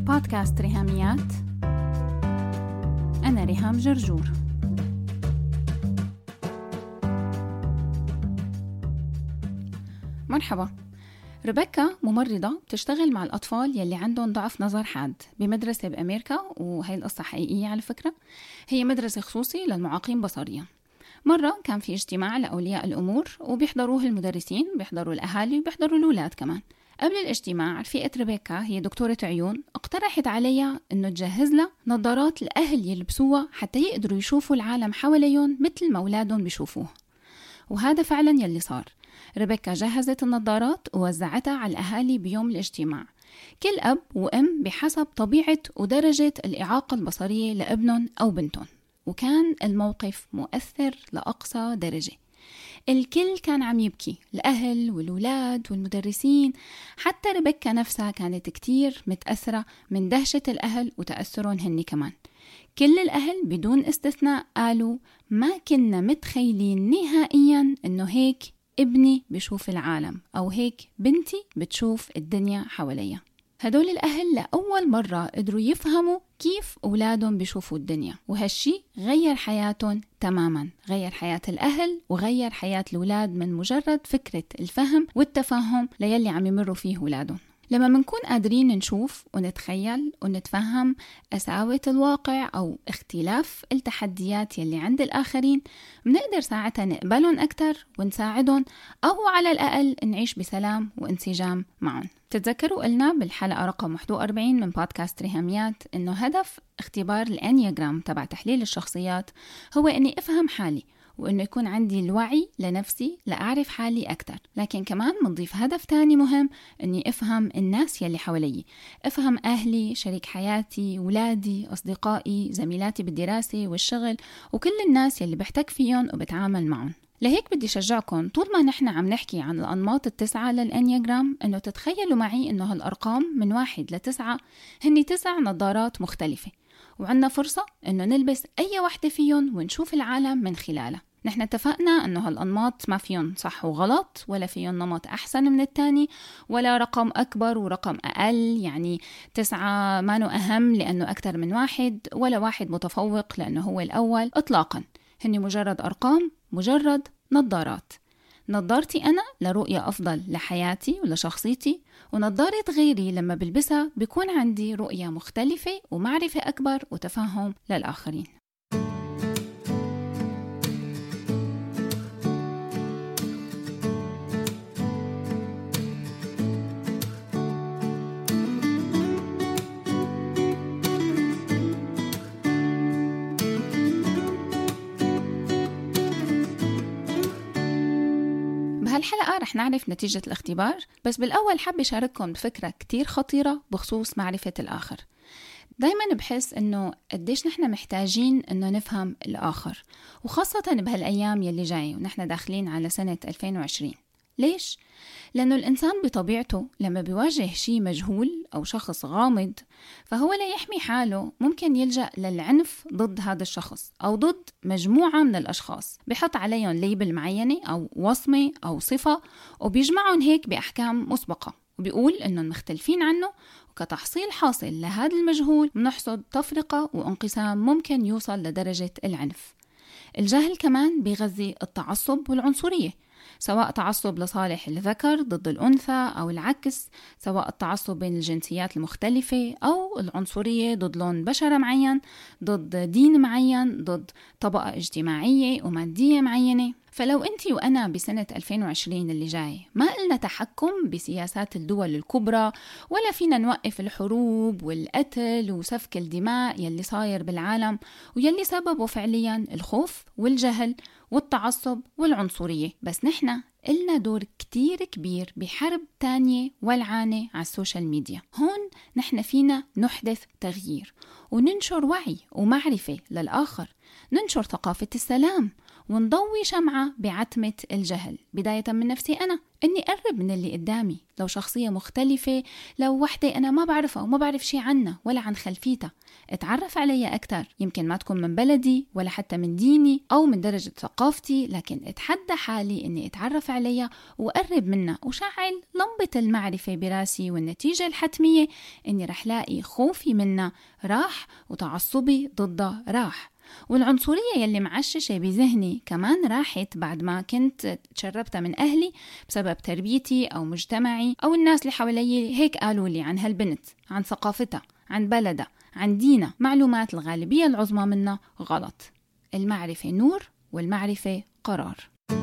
بودكاست ريهاميات. أنا ريهام جرجور. مرحبا. ريبيكا ممرضة بتشتغل مع الأطفال يلي عندهم ضعف نظر حاد بمدرسة بأمريكا، وهي القصة حقيقية على فكرة. هي مدرسة خصوصي للمعاقين بصريا. مرة كان في اجتماع لأولياء الأمور وبيحضروه المدرسين، بيحضروا الأهالي وبيحضروا الأولاد كمان. قبل الاجتماع رفيقة ريبيكا هي دكتورة عيون اقترحت عليها انه تجهز لها نظارات الأهل يلبسوها حتى يقدروا يشوفوا العالم حواليهم مثل ما أولادهم بيشوفوه. وهذا فعلا يلي صار. ريبيكا جهزت النظارات ووزعتها على الأهالي بيوم الاجتماع، كل أب وأم بحسب طبيعة ودرجة الإعاقة البصرية لابنهم أو بنتهم. وكان الموقف مؤثر لأقصى درجة. الكل كان عم يبكي، الأهل والولاد والمدرسين، حتى ريبيكا نفسها كانت كتير متأثرة من دهشة الأهل وتأثرهم هني كمان. كل الأهل بدون استثناء قالوا ما كنا متخيلين نهائيا إنه هيك ابني بشوف العالم، أو هيك بنتي بتشوف الدنيا حواليها. هدول الأهل لأول مرة قدروا يفهموا كيف أولادهم بيشوفوا الدنيا، وهالشي غير حياتهم تماما، غير حياة الأهل وغير حياة الأولاد من مجرد فكرة الفهم والتفهم ليلي عم يمروا فيه أولادهم. لما منكون قادرين نشوف ونتخيل ونتفهم قساوة الواقع أو اختلاف التحديات يلي عند الآخرين، منقدر ساعتها نقبلهم أكتر ونساعدهم، أو على الأقل نعيش بسلام وانسجام معهم. تتذكروا قلنا بالحلقة رقم 41 من بودكاست ريهاميات إنه هدف اختبار الأنياغرام تبع تحليل الشخصيات هو إني أفهم حالي، وإنه يكون عندي الوعي لنفسي لأعرف حالي أكتر. لكن كمان منضيف هدف تاني مهم، إني أفهم الناس يلي حوالي، أفهم أهلي، شريك حياتي، ولادي، أصدقائي، زميلاتي بالدراسة والشغل، وكل الناس يلي بحتك فيهم وبتعامل معهم. لهيك بدي شجعكم طول ما نحن عم نحكي عن الأنماط 9 للأنياغرام، إنه تتخيلوا معي إنه هالأرقام من 1 ل9 هني 9 نظارات مختلفة، وعنا فرصة إنه نلبس أي واحدة فيهم ونشوف العالم من خلالها. نحن اتفقنا أنه هالأنماط ما فيهم صح وغلط، ولا فيهم نمط أحسن من التاني، ولا رقم أكبر ورقم أقل، يعني 9 ما أهم لأنه أكتر من 1، ولا 1 متفوق لأنه هو الأول إطلاقا. هني مجرد أرقام، مجرد نظارات. نظارتي أنا لرؤية أفضل لحياتي ولشخصيتي، ونظارة غيري لما بلبسها بيكون عندي رؤية مختلفة ومعرفة أكبر وتفهم للآخرين. بهالحلقة رح نعرف نتيجة الاختبار، بس بالأول حابة أشارككم بفكرة كتير خطيرة بخصوص معرفة الآخر. دايما بحس إنه قديش نحن محتاجين إنه نفهم الآخر، وخاصة بهالأيام يلي جاي ونحن داخلين على سنة 2020. ليش؟ لأنه الإنسان بطبيعته لما بيواجه شيء مجهول أو شخص غامض، فهو لا يحمي حاله ممكن يلجأ للعنف ضد هذا الشخص أو ضد مجموعة من الأشخاص، بيحط عليهم ليبل معينة أو وصمة أو صفة، وبيجمعهم هيك بأحكام مسبقة، وبيقول إنهم مختلفين عنه، وكتحصيل حاصل لهذا المجهول بنحصد تفرقة وانقسام ممكن يوصل لدرجة العنف. الجهل كمان بيغذي التعصب والعنصرية، سواء تعصب لصالح الذكر ضد الأنثى أو العكس، سواء التعصب بين الجنسيات المختلفة أو العنصرية ضد لون بشرة معين، ضد دين معين، ضد طبقة اجتماعية ومادية معينة. فلو أنتي وأنا بسنة 2020 اللي جاي ما قلنا تحكم بسياسات الدول الكبرى، ولا فينا نوقف الحروب والقتل وسفك الدماء يلي صاير بالعالم ويلي سببه فعليا الخوف والجهل والتعصب والعنصرية، بس نحن قلنا دور كتير كبير بحرب تانية والعانة على السوشيال ميديا. هون نحن فينا نحدث تغيير وننشر وعي ومعرفة للآخر، ننشر ثقافة السلام ونضوي شمعة بعتمة الجهل، بداية من نفسي أنا، إني أقرب من اللي قدامي. لو شخصية مختلفة، لو وحدة أنا ما بعرفها وما بعرف شي عنها ولا عن خلفيتها، اتعرف عليها أكتر. يمكن ما تكون من بلدي ولا حتى من ديني أو من درجة ثقافتي، لكن اتحدى حالي إني اتعرف عليها وأقرب منها وشعل لمبة المعرفة براسي، والنتيجة الحتمية إني رح لاقي خوفي منها راح وتعصبي ضدها راح، والعنصرية يلي معششة بذهني كمان راحت بعد ما كنت تشربتها من أهلي بسبب تربيتي أو مجتمعي أو الناس اللي حوالي هيك قالوا لي عن هالبنت، عن ثقافتها، عن بلدها، عن دينها، معلومات الغالبية العظمى منها غلط. المعرفة نور والمعرفة قرار.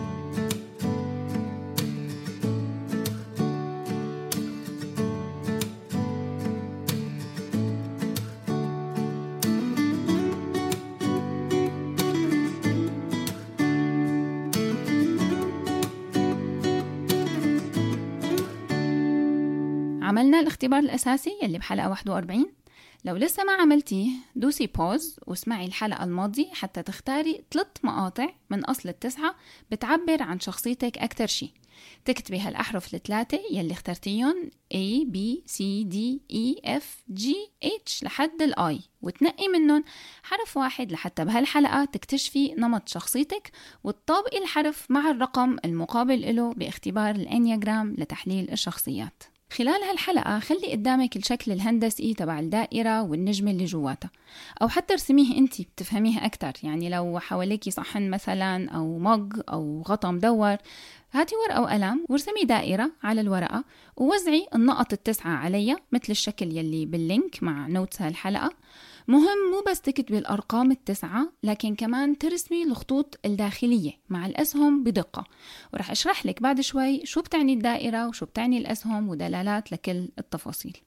عملنا الاختبار الأساسي يلي بحلقة 41. لو لسه ما عملتيه دوسي بوز واسمعي الحلقة الماضية حتى تختاري 3 مقاطع من أصل 9 بتعبر عن شخصيتك أكتر شي. تكتبي هالأحرف ال3 يلي اخترتيهم A, B, C, D, E, F, G, H لحد الآي، وتنقي منهم حرف واحد لحتى بهالحلقة تكتشفي نمط شخصيتك وتطابقي الحرف مع الرقم المقابل له باختبار الأنياغرام لتحليل الشخصيات. خلال هالحلقة خلي قدامك الشكل الهندسي تبع الدائرة والنجمة اللي جواتها، أو حتى ارسميه أنتي بتفهميها أكتر. يعني لو حواليكي صحن مثلا أو مج أو غطا مدور، هاتي ورقة وقلم وارسمي دائرة على الورقة ووزعي النقط 9 عليها مثل الشكل يلي باللينك مع نوتس هالحلقة. مهم مو بس تكتبي الأرقام 9، لكن كمان ترسمي الخطوط الداخلية مع الأسهم بدقة، ورح أشرح لك بعد شوي شو بتعني الدائرة وشو بتعني الأسهم ودلالات لكل التفاصيل.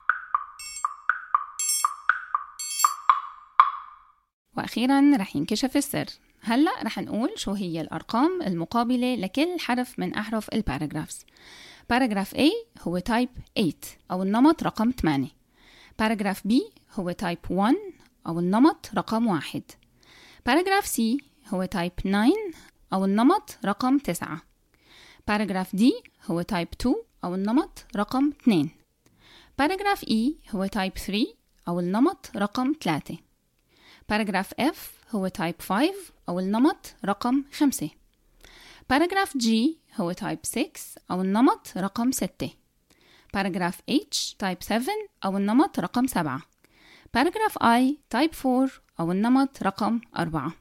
وأخيرا رح ينكشف السر. هلأ رح نقول شو هي الأرقام المقابلة لكل حرف من أحرف الباراجرافز. باراجراف A هو تايب 8 أو النمط رقم 8. باراجراف B هو تايب 1 أو النمط رقم 1. باراجراف C هو تايب 9 أو النمط رقم 9. باراجراف D هو تايب 2 أو النمط رقم 2. باراجراف E هو تايب 3 أو النمط رقم 3. باراجراف F هو تايب 5 أو النمط رقم 5. باراجراف G هو تايب 6 أو النمط رقم 6. باراجراف H تايب 7 أو النمط رقم 7. باراجراف I تايب 4 أو النمط رقم 4.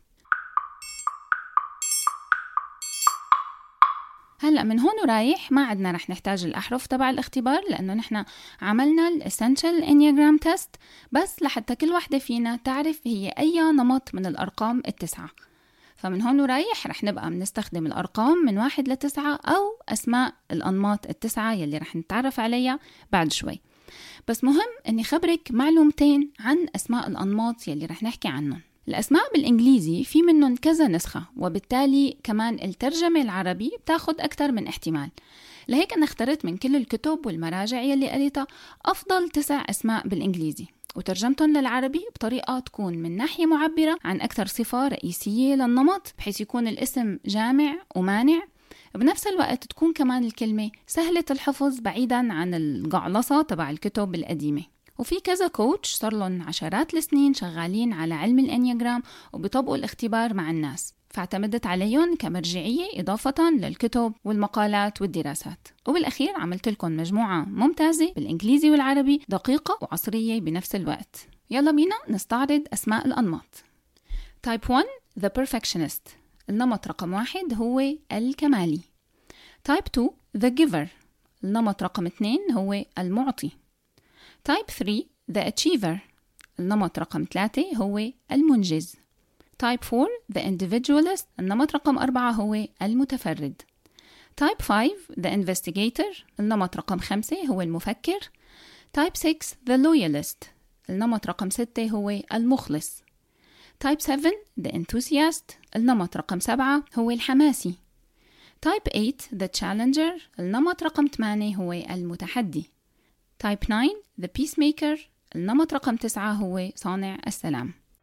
هلأ من هون ورايح ما عدنا رح نحتاج الأحرف تبع الاختبار، لأنه نحن عملنا الاسنشال انياجرام تيست بس لحتى كل واحدة فينا تعرف هي أي نمط من الأرقام 9. فمن هون ورايح رح نبقى بنستخدم الأرقام من 1 ل9 أو أسماء الأنماط 9 يلي رح نتعرف عليها بعد شوي. بس مهم أني خبرك معلومتين عن أسماء الأنماط يلي رح نحكي عنهم. الأسماء بالإنجليزي في منهم كذا نسخة، وبالتالي كمان الترجمة العربي بتاخد أكتر من احتمال. لهيك أنا اخترت من كل الكتب والمراجع يلي قريتها أفضل 9 أسماء بالإنجليزي، وترجمتهم للعربي بطريقة تكون من ناحية معبرة عن أكثر صفة رئيسية للنمط، بحيث يكون الاسم جامع ومانع، بنفس الوقت تكون كمان الكلمة سهلة الحفظ بعيدا عن القعلصة تبع الكتب القديمة. وفي كذا كوتش صار لهم عشرات السنين شغالين على علم الانياجرام وبيطبقوا الاختبار مع الناس، فاعتمدت عليهم كمرجعية إضافة للكتب والمقالات والدراسات. وبالأخير عملت لكم مجموعة ممتازة بالإنجليزي والعربي، دقيقة وعصرية بنفس الوقت. يلا بينا نستعرض أسماء الأنماط. تايب 1 The Perfectionist، النمط رقم 1 هو الكمالي. تايب 2 The Giver، النمط رقم 2 هو المعطي. تايب 3 The Achiever، النمط رقم 3 هو المنجز. تايب 4 The Individualist، النمط رقم 4 هو المتفرد. تايب 5 The Investigator، النمط رقم 5 هو المفكر. تايب 6 The Loyalist، النمط رقم 6 هو المخلص. تايب 7 The Enthusiast، النمط رقم 7 هو الحماسي. تايب 8 The Challenger، النمط رقم 8 هو المتحدي. تايب 9 The Peacemaker، النمط رقم 9 هو صانع السلام.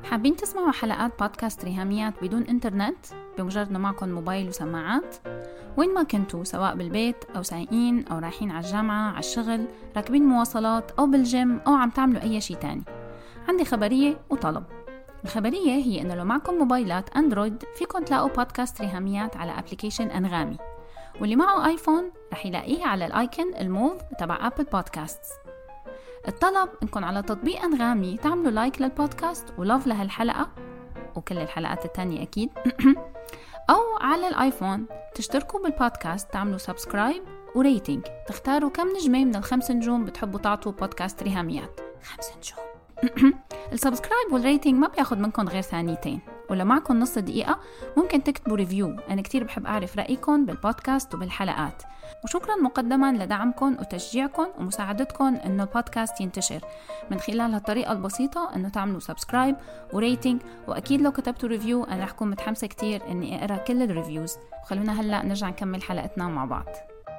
حابين تسمعوا حلقات بودكاست ريهاميات بدون إنترنت بمجرد ما معكم موبايل وسماعات؟ وين ما كنتوا، سواء بالبيت أو سايقين أو رايحين على الجامعة، على الشغل، راكبين مواصلات أو بالجيم أو عم تعملوا أي شيء تاني، عندي خبرية وطلب. الخبرية هي إنه لو معكم موبايلات أندرويد فيكم تلاقوا بودكاست ريهاميات على أبليكيشن أنغامي، واللي معه آيفون رح يلاقيه على الآيكون الموف تبع أبل بودكاست. الطلب إنكم على تطبيق أنغامي تعملوا لايك للبودكاست ولوف لهالحلقة وكل الحلقات التانية أكيد أو على الآيفون تشتركوا بالبودكاست، تعملوا سبسكرايب وريتينج، تختاروا كم نجمة من ال5 نجوم بتحبوا تعطوا بودكاست ريهاميات. 5 نجوم. السبسكرايب والريتينج ما بياخد منكم غير ثانيتين، ولو معكم نص دقيقة ممكن تكتبوا ريفيو. أنا كتير بحب أعرف رأيكم بالبودكاست وبالحلقات، وشكرا مقدما لدعمكم وتشجيعكم ومساعدتكم إنه البودكاست ينتشر من خلال هالطريقة البسيطة، إنه تعملوا سبسكرايب وريتينج. وأكيد لو كتبتوا ريفيو أنا رح أكون متحمسة كتير إني أقرأ كل الريفيوز. خلونا هلأ نرجع نكمل حلقتنا مع بعض.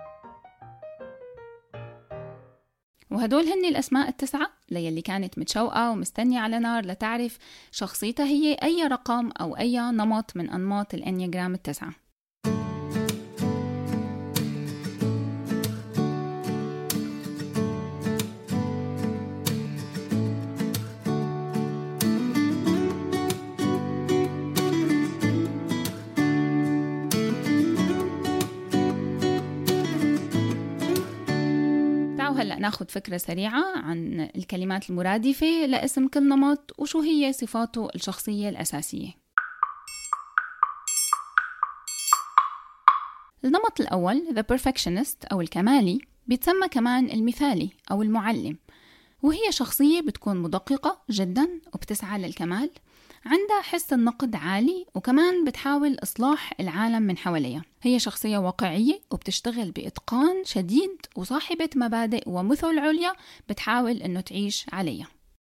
وهدول هن الأسماء 9 ليلي كانت متشوقة ومستنية على نار لتعرف شخصيتها هي أي رقم أو أي نمط من أنماط الأنياجرام 9. هلأ ناخد فكرة سريعة عن الكلمات المرادفة لاسم كل نمط وشو هي صفاته الشخصية الأساسية. النمط الأول The Perfectionist أو الكمالي، بيتسمى كمان المثالي أو المعلم، وهي شخصية بتكون مدققة جدا وبتسعى للكمال، عندها حس النقد عالي، وكمان بتحاول إصلاح العالم من حواليها. هي شخصية واقعية وبتشتغل بإتقان شديد، وصاحبة مبادئ ومثل عليا بتحاول إنه تعيش عليها.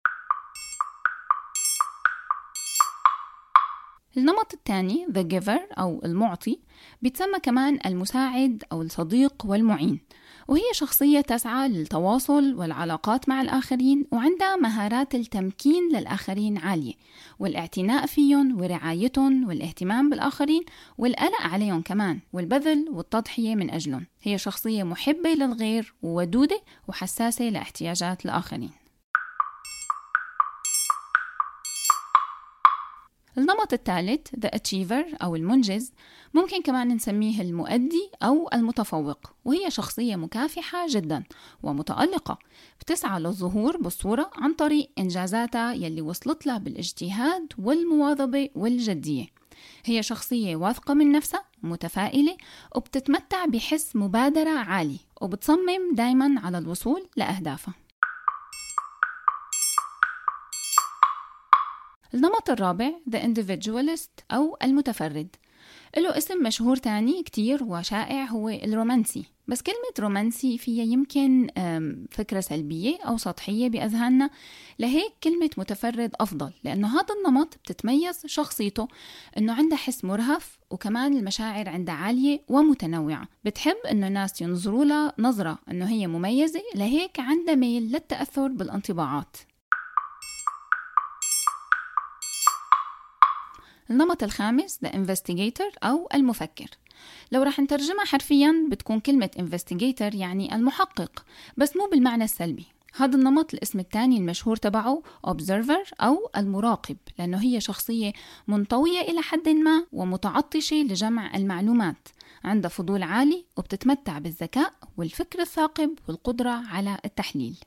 النمط الثاني The Giver أو المعطي، بيتسمى كمان المساعد أو الصديق والمعين، وهي شخصية تسعى للتواصل والعلاقات مع الآخرين، وعندها مهارات التمكين للآخرين عالية، والاعتناء فيهم ورعايتهم والاهتمام بالآخرين والقلق عليهم كمان، والبذل والتضحية من أجلهم. هي شخصية محبة للغير وودودة وحساسة لاحتياجات الآخرين. النمط الثالث The Achiever أو المنجز، ممكن كمان نسميه المؤدي أو المتفوق، وهي شخصية مكافحة جدا ومتألقة، بتسعى للظهور بالصورة عن طريق إنجازاتها يلي وصلت لها بالاجتهاد والمواظبة والجدية. هي شخصية واثقة من نفسها، متفائلة، وبتتمتع بحس مبادرة عالي، وبتصمم دايما على الوصول لأهدافها. النمط الرابع The Individualist أو المتفرد، له اسم مشهور تاني كتير وشائع هو الرومانسي، بس كلمة رومانسي فيها يمكن فكرة سلبية أو سطحية بأذهاننا، لهيك كلمة متفرد أفضل، لأنه هذا النمط بتتميز شخصيته أنه عنده حس مرهف، وكمان المشاعر عنده عالية ومتنوعة، بتحب أنه الناس ينظروا لها نظرة أنه هي مميزة، لهيك عنده ميل للتأثر بالانطباعات. النمط الخامس The Investigator أو المفكر، لو رح نترجمها حرفياً بتكون كلمة Investigator يعني المحقق، بس مو بالمعنى السلبي. هذا النمط الاسم الثاني المشهور تبعه Observer أو المراقب، لأنه هي شخصية منطوية إلى حد ما ومتعطشة لجمع المعلومات، عندها فضول عالي، وبتتمتع بالذكاء والفكر الثاقب والقدرة على التحليل.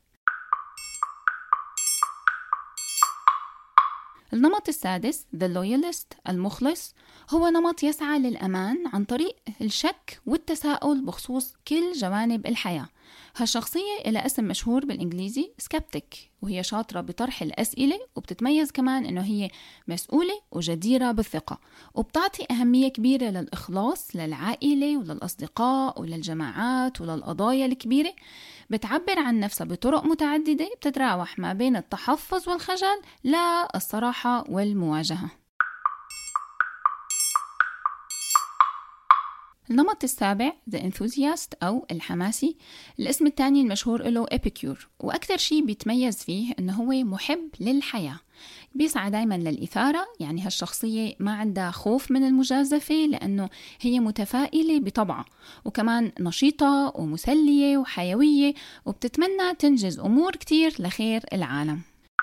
النمط السادس The Loyalist المخلص، هو نمط يسعى للأمان عن طريق الشك والتساؤل بخصوص كل جوانب الحياة. هالشخصية إلى اسم مشهور بالإنجليزي Skeptic، وهي شاطرة بطرح الأسئلة، وبتتميز كمان إنه هي مسؤولة وجديرة بالثقة، وبتعطي أهمية كبيرة للإخلاص للعائلة وللأصدقاء وللجماعات وللقضايا الكبيرة. بتعبر عن نفسها بطرق متعددة بتتراوح ما بين التحفظ والخجل للصراحة والمواجهة. النمط السابع The Enthusiast أو الحماسي، الاسم الثاني المشهور له Epicure، وأكثر شيء بيتميز فيه إنه هو محب للحياة، بيسعى دايما للإثارة. يعني هالشخصية ما عندها خوف من المجازفة لأنه هي متفائلة بطبعها، وكمان نشيطة ومسلية وحيوية، وبتتمنى تنجز أمور كتير لخير العالم.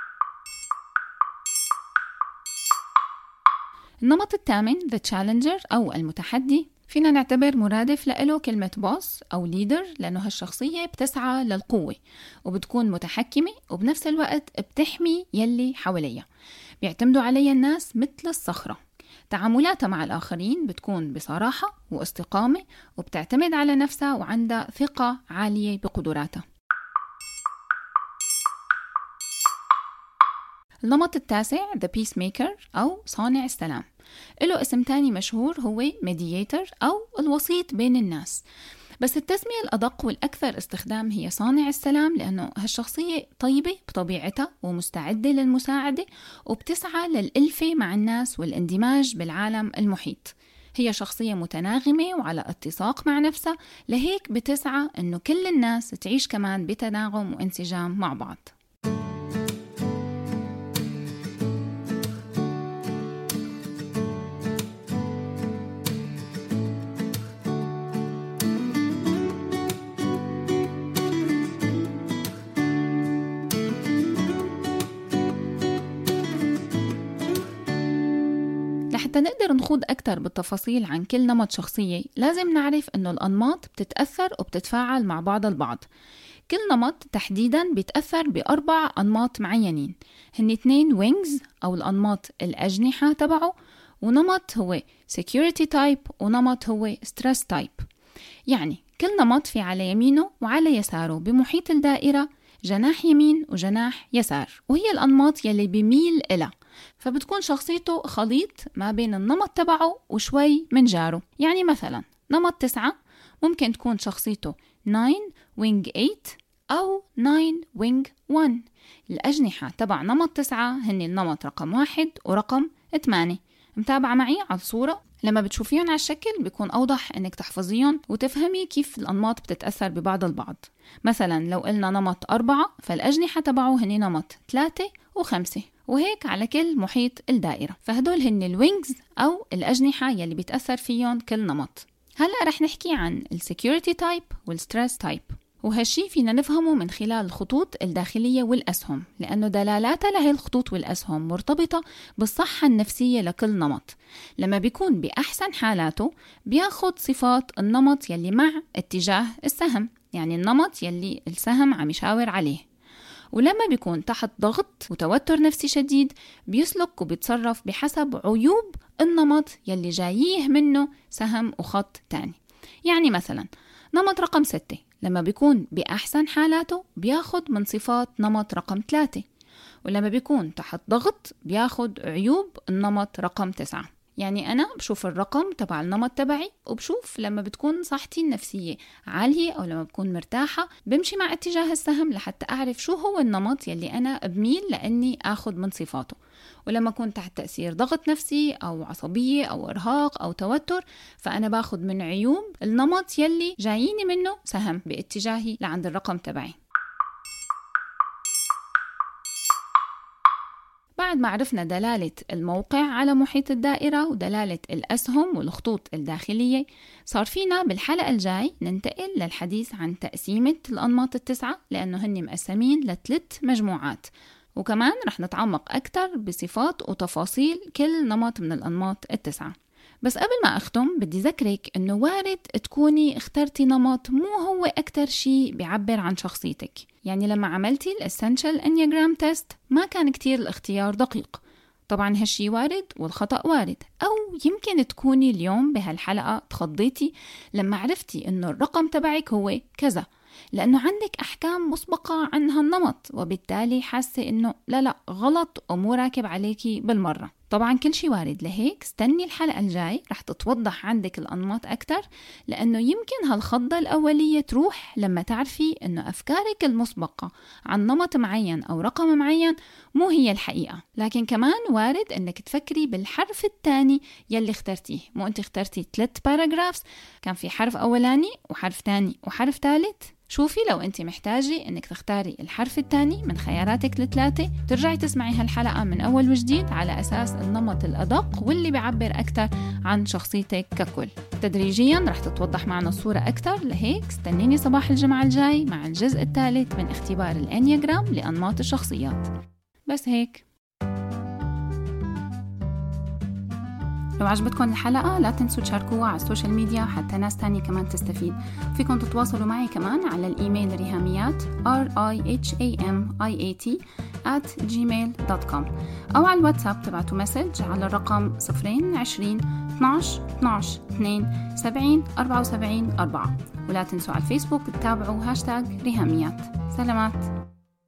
النمط الثامن The Challenger أو المتحدي، فينا نعتبر مرادف له كلمة boss أو leader، لأنه هالشخصية بتسعى للقوة وبتكون متحكمة وبنفس الوقت بتحمي يلي حواليها. بيعتمدوا عليها الناس مثل الصخرة. تعاملاتها مع الآخرين بتكون بصراحة واستقامة، وبتعتمد على نفسها وعندها ثقة عالية بقدراتها. النمط التاسع The Peacemaker أو صانع السلام، له اسم تاني مشهور هو Mediator أو الوسيط بين الناس، بس التسمية الأدق والأكثر استخدام هي صانع السلام، لأنه هالشخصية طيبة بطبيعتها ومستعدة للمساعدة، وبتسعى للألفة مع الناس والاندماج بالعالم المحيط. هي شخصية متناغمة وعلى اتساق مع نفسها، لهيك بتسعى أنه كل الناس تعيش كمان بتناغم وانسجام مع بعض. لحتى نقدر نخوض أكتر بالتفاصيل عن كل نمط شخصية، لازم نعرف أنه الأنماط بتتأثر وبتتفاعل مع بعض البعض. كل نمط تحديداً بيتأثر ب4 أنماط معينين، هن 2 wings أو الأنماط الأجنحة تبعه، ونمط هو security type، ونمط هو stress type. يعني كل نمط في على يمينه وعلى يساره بمحيط الدائرة جناح يمين وجناح يسار، وهي الأنماط يلي بيميل إلها، فبتكون شخصيته خليط ما بين النمط تبعه وشوي من جاره. يعني مثلا نمط 9 ممكن تكون شخصيته 9 wing 8 أو 9 wing 1. الأجنحة تبع نمط 9 هن النمط رقم 1 ورقم 8. متابعة معي على الصورة؟ لما بتشوفيهم على الشكل بيكون أوضح إنك تحفظيهم وتفهمي كيف الأنماط بتتأثر ببعض البعض. مثلا لو قلنا نمط 4 فالأجنحة تبعه هن نمط 3 و5، وهيك على كل محيط الدائرة. فهدول هن الوينجز أو الأجنحة يلي بيتأثر فيهم كل نمط. هلأ رح نحكي عن السكيورتي تايب والستريس تايب، وهالشي فينا نفهمه من خلال الخطوط الداخلية والأسهم، لأنه دلالاتها لهي الخطوط والأسهم مرتبطة بالصحة النفسية لكل نمط. لما بيكون بأحسن حالاته بياخد صفات النمط يلي مع اتجاه السهم، يعني النمط يلي السهم عم يشاور عليه. ولما بيكون تحت ضغط وتوتر نفسي شديد بيسلك وبيتصرف بحسب عيوب النمط يلي جايه منه سهم وخط تاني. يعني مثلا نمط رقم 6 لما بيكون بأحسن حالاته بياخد من صفات نمط رقم 3، ولما بيكون تحت ضغط بياخد عيوب النمط رقم 9. يعني أنا بشوف الرقم تبع النمط تبعي، وبشوف لما بتكون صحتي النفسية عالية أو لما بكون مرتاحة بمشي مع اتجاه السهم لحتى أعرف شو هو النمط يلي أنا بميل لأني أخذ من صفاته. ولما كنت تحت تأثير ضغط نفسي أو عصبية أو إرهاق أو توتر فأنا باخد من عيوب النمط يلي جاييني منه سهم باتجاهي لعند الرقم تبعي. بعد ما عرفنا دلالة الموقع على محيط الدائرة ودلالة الأسهم والخطوط الداخلية، صار فينا بالحلقة الجاي ننتقل للحديث عن تقسيمة الأنماط 9، لأنه هن مقسمين ل3 مجموعات، وكمان رح نتعمق أكتر بصفات وتفاصيل كل نمط من الأنماط 9. بس قبل ما أختم بدي ذكرك أنه وارد تكوني اخترتي نمط مو هو أكتر شيء بيعبر عن شخصيتك. يعني لما عملتي الاسنشال انياجرام تيست ما كان كتير الاختيار دقيق. طبعا هالشي وارد والخطأ وارد، أو يمكن تكوني اليوم بهالحلقة تخضيتي لما عرفتي أنه الرقم تبعك هو كذا، لأنه عندك أحكام مسبقة عن هالنمط، وبالتالي حاسة أنه لا غلط ومو راكب عليكي بالمرة. طبعا كل شي وارد، لهيك استني الحلقة الجاي رح تتوضح عندك الأنماط أكتر، لأنه يمكن هالخضة الأولية تروح لما تعرفي أنه أفكارك المسبقة عن نمط معين أو رقم معين مو هي الحقيقة. لكن كمان وارد أنك تفكري بالحرف الثاني يلي اخترتيه. مو أنت اخترتي 3 باراجرافز، كان في حرف أولاني وحرف ثاني وحرف ثالث. شوفي لو أنت محتاجة أنك تختاري الحرف الثاني من خياراتك ال3، ترجعي تسمعي هالحلقة من أول وجديد على أساس النمط الأدق واللي بيعبر أكتر عن شخصيتك ككل. تدريجيا رح تتوضح معنا الصورة أكتر، لهيك استنيني صباح الجمعة الجاي مع الجزء الثالث من اختبار الأنياغرام لأنماط الشخصيات. بس هيك. لو عجبتكم الحلقة لا تنسوا تشاركوها على السوشيال ميديا حتى ناس تانية كمان تستفيد. فيكم تتواصلوا معي كمان على الإيميل ريهاميات RIHAMIAT@gmail.com أو على الواتساب تبعتوا مسج على الرقم 020 12 12 2 70 74 4. ولا تنسوا على الفيسبوك تتابعوا هاشتاج ريهاميات. سلامات.